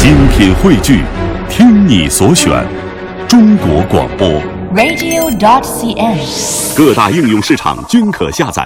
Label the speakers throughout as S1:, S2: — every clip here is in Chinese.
S1: 精品汇聚，听你所选，中国广播
S2: radio.cn，
S1: 各大应用市场均可下载。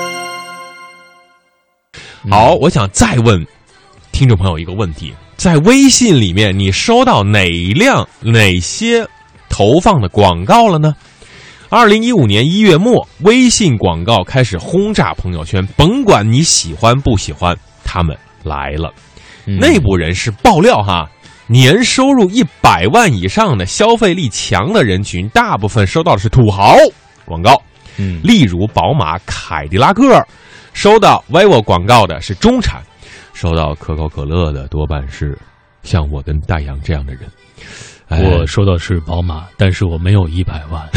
S3: 好，我想再问听众朋友一个问题：在微信里面，你收到哪些投放的广告了呢？2015年1月末，微信广告开始轰炸朋友圈，甭管你喜欢不喜欢，他们来了。内部人士爆料哈，年收入100万以上的消费力强的人群，大部分收到的是土豪广告。例如宝马、凯迪拉克，收到 vivo 广告的是中产，收到可口可乐的多半是像我跟大洋这样的人。
S4: 我收到是宝马，但是我没有100万。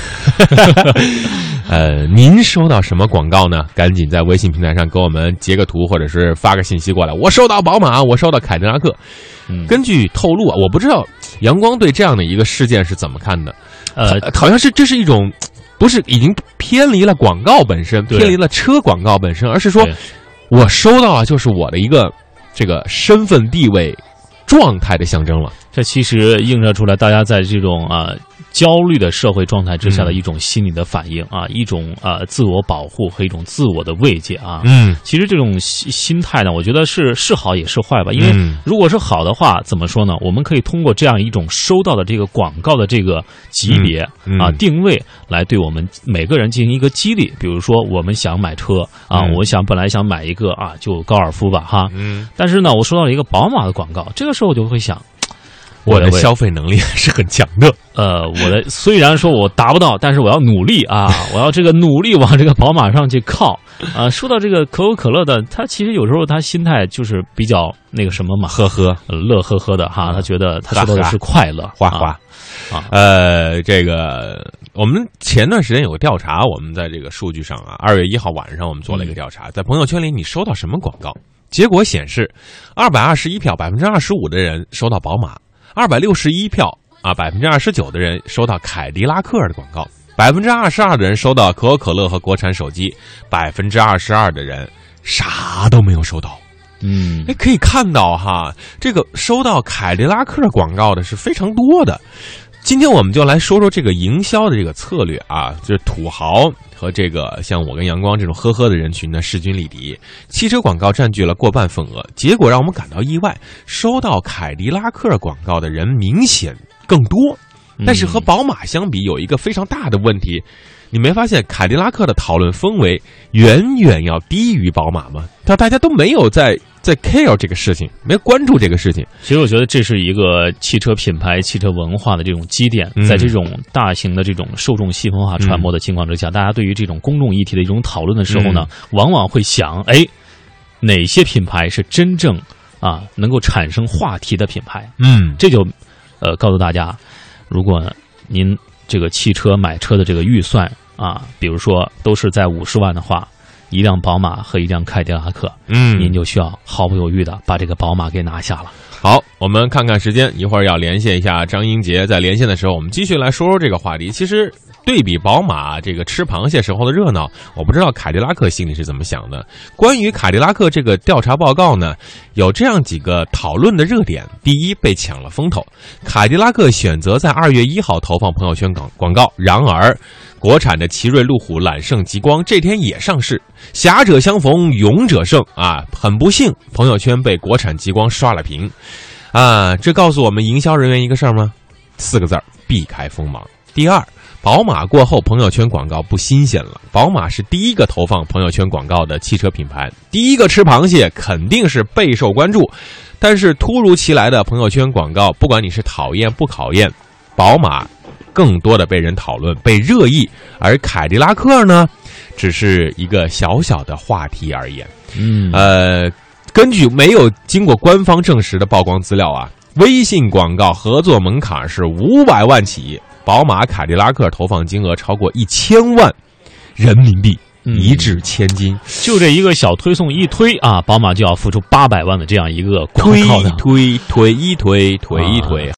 S3: 您收到什么广告呢？赶紧在微信平台上给我们截个图，或者是发个信息过来。我收到宝马，我收到凯迪拉克。根据透露啊，我不知道阳光对这样的一个事件是怎么看的。好像是这是一种，不是已经偏离了广告本身，偏离了车广告本身，而是说我收到了就是我的一个这个身份地位状态的象征了。
S4: 这其实映射出来大家在这种焦虑的社会状态之下的一种心理的反应一种自我保护和一种自我的慰藉其实这种心态呢，我觉得是好也是坏吧。因为如果是好的话，怎么说呢？我们可以通过这样一种收到的这个广告的这个级别定位，来对我们每个人进行一个激励。比如说我们想买车我本来想买一个就高尔夫吧但是呢，我收到了一个宝马的广告，这个时候我就会想，
S3: 我的消费能力还是很强的。
S4: 我的虽然说我达不到，但是我要努力我要这个努力往这个宝马上去靠说到这个可口可乐的，他其实有时候他心态就是比较那个什么嘛，乐呵呵的他觉得他说的是快乐，
S3: 花花这个我们前段时间有个调查，我们在这个数据上2月1号晚上我们做了一个调查，在朋友圈里你收到什么广告？结果显示，221票，25%的人收到宝马，261票29%的人收到凯迪拉克的广告，22%的人收到可口可乐和国产手机，22%的人啥都没有收到。可以看到这个收到凯迪拉克的广告的是非常多的。今天我们就来说说这个营销的这个策略就是土豪和这个像我跟阳光这种呵呵的人群呢势均力敌，汽车广告占据了过半份额，结果让我们感到意外，收到凯迪拉克广告的人明显更多。但是和宝马相比，有一个非常大的问题，你没发现凯迪拉克的讨论氛围远远要低于宝马吗？大家都没有在 care 这个事情，没有关注这个事情。
S4: 其实我觉得这是一个汽车品牌、汽车文化的这种积淀，在这种大型的这种受众细分化传播的情况之下，大家对于这种公众议题的一种讨论的时候呢，往往会想，哪些品牌是真正能够产生话题的品牌？这就告诉大家，如果您这个汽车买车的这个预算比如说都是在50万的话，一辆宝马和一辆凯迪拉克，您就需要毫不犹豫的把这个宝马给拿下了。
S3: 好，我们看看时间，一会儿要连线一下张英杰，在连线的时候我们继续来说说这个话题。其实对比宝马这个吃螃蟹时候的热闹，我不知道凯迪拉克心里是怎么想的。关于凯迪拉克这个调查报告呢，有这样几个讨论的热点。第一，被抢了风头，凯迪拉克选择在2月1号投放朋友圈广告，然而国产的奇瑞、路虎、揽胜、极光这天也上市，侠者相逢勇者胜很不幸，朋友圈被国产极光刷了屏这告诉我们营销人员一个事儿吗？4个字儿：避开锋芒。第二，宝马过后朋友圈广告不新鲜了，宝马是第一个投放朋友圈广告的汽车品牌，第一个吃螃蟹肯定是备受关注。但是突如其来的朋友圈广告，不管你是讨厌不讨厌，宝马更多的被人讨论、被热议，而凯迪拉克呢，只是一个小小的话题而言。根据没有经过官方证实的曝光资料微信广告合作门槛是500万起，宝马、凯迪拉克投放金额超过1000万人民币，一掷千金。
S4: 就这一个小推送一推宝马就要付出800万的这样一个广告的
S3: 推一推。